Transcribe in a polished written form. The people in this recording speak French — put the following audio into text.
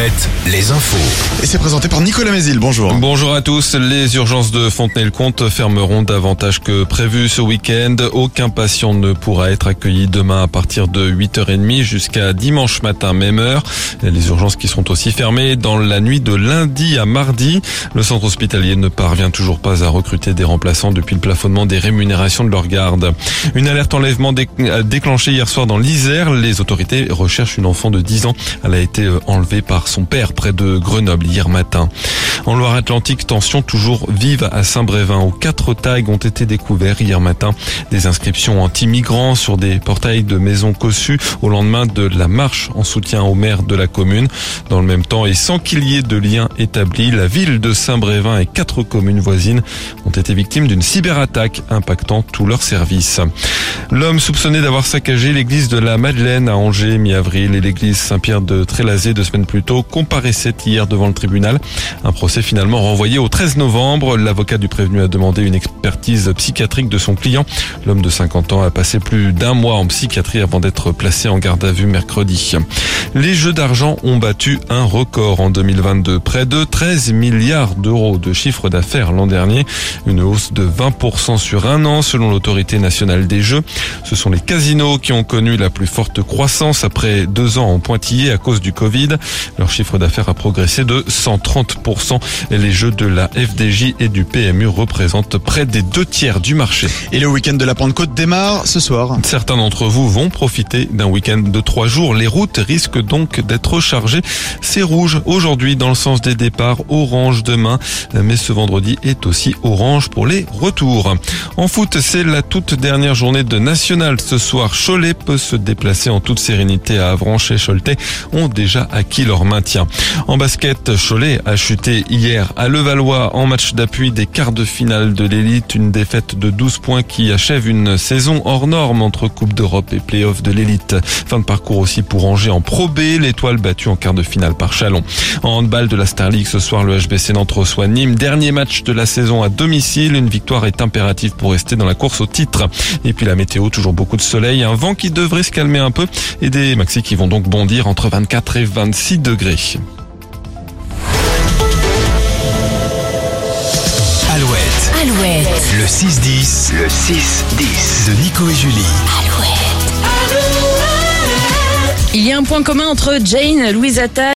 Alouette, les infos. Et c'est présenté par Nicolas Mézil, bonjour. Bonjour à tous. Les urgences de Fontenay-le-Comte fermeront davantage que prévu ce week-end. Aucun patient ne pourra être accueilli demain à partir de 8h30 jusqu'à dimanche matin, même heure. Les urgences qui seront aussi fermées dans la nuit de lundi à mardi. Le centre hospitalier ne parvient toujours pas à recruter des remplaçants depuis le plafonnement des rémunérations de leur garde. Une alerte enlèvement déclenchée hier soir dans l'Isère. Les autorités recherchent une enfant de 10 ans. Elle a été enlevée par son père près de Grenoble hier matin. En Loire-Atlantique, tension toujours vive à Saint-Brévin où 4 tags ont été découverts hier matin. Des inscriptions anti-migrants sur des portails de maisons cossues au lendemain de la marche en soutien au maire de la commune. Dans le même temps et sans qu'il y ait de lien établi, la ville de Saint-Brévin et 4 communes voisines ont été victimes d'une cyberattaque impactant tous leurs services. L'homme soupçonné d'avoir saccagé l'église de la Madeleine à Angers mi-avril et l'église Saint-Pierre de Trélazé 2 semaines plus tôt comparaissait hier devant le tribunal. Un procès finalement renvoyé au 13 novembre. L'avocat du prévenu a demandé une expertise psychiatrique de son client. L'homme de 50 ans a passé plus d'1 mois en psychiatrie avant d'être placé en garde à vue mercredi. Les jeux d'argent ont battu un record en 2022. Près de 13 milliards d'euros de chiffre d'affaires l'an dernier. Une hausse de 20% sur un an selon l'autorité nationale des jeux. Ce sont les casinos qui ont connu la plus forte croissance après 2 ans en pointillé à cause du Covid. Leur chiffre d'affaires a progressé de 130%. Et les jeux de la FDJ et du PMU représentent près des 2/3 du marché. Et le week-end de la Pentecôte démarre ce soir. Certains d'entre vous vont profiter d'un week-end de 3 jours. Les routes risquent donc d'être chargées. C'est rouge aujourd'hui dans le sens des départs, orange demain. Mais ce vendredi est aussi orange pour les retours. En foot, c'est la toute dernière journée de National. Ce soir, Cholet peut se déplacer en toute sérénité à Avranches et Choletais ont déjà acquis leur maintien. En basket, Cholet a chuté hier à Levallois en match d'appui des quarts de finale de l'élite. Une défaite de 12 points qui achève une saison hors norme entre Coupe d'Europe et Play-off de l'élite. Fin de parcours aussi pour Angers en Pro B, l'étoile battue en quart de finale par Chalon. En handball de la Star League ce soir, le HBC Nantes reçoit Nîmes. Dernier match de la saison à domicile. Une victoire est impérative pour rester dans la course au titre. Et puis la météo, toujours beaucoup de soleil, un vent qui devrait se calmer un peu et des maxis qui vont donc bondir entre 24 et 26 degrés. Alouette. Le 6-10. Le 6-10. De Nico et Julie. Il y a un point commun entre Jane, Louise Attaque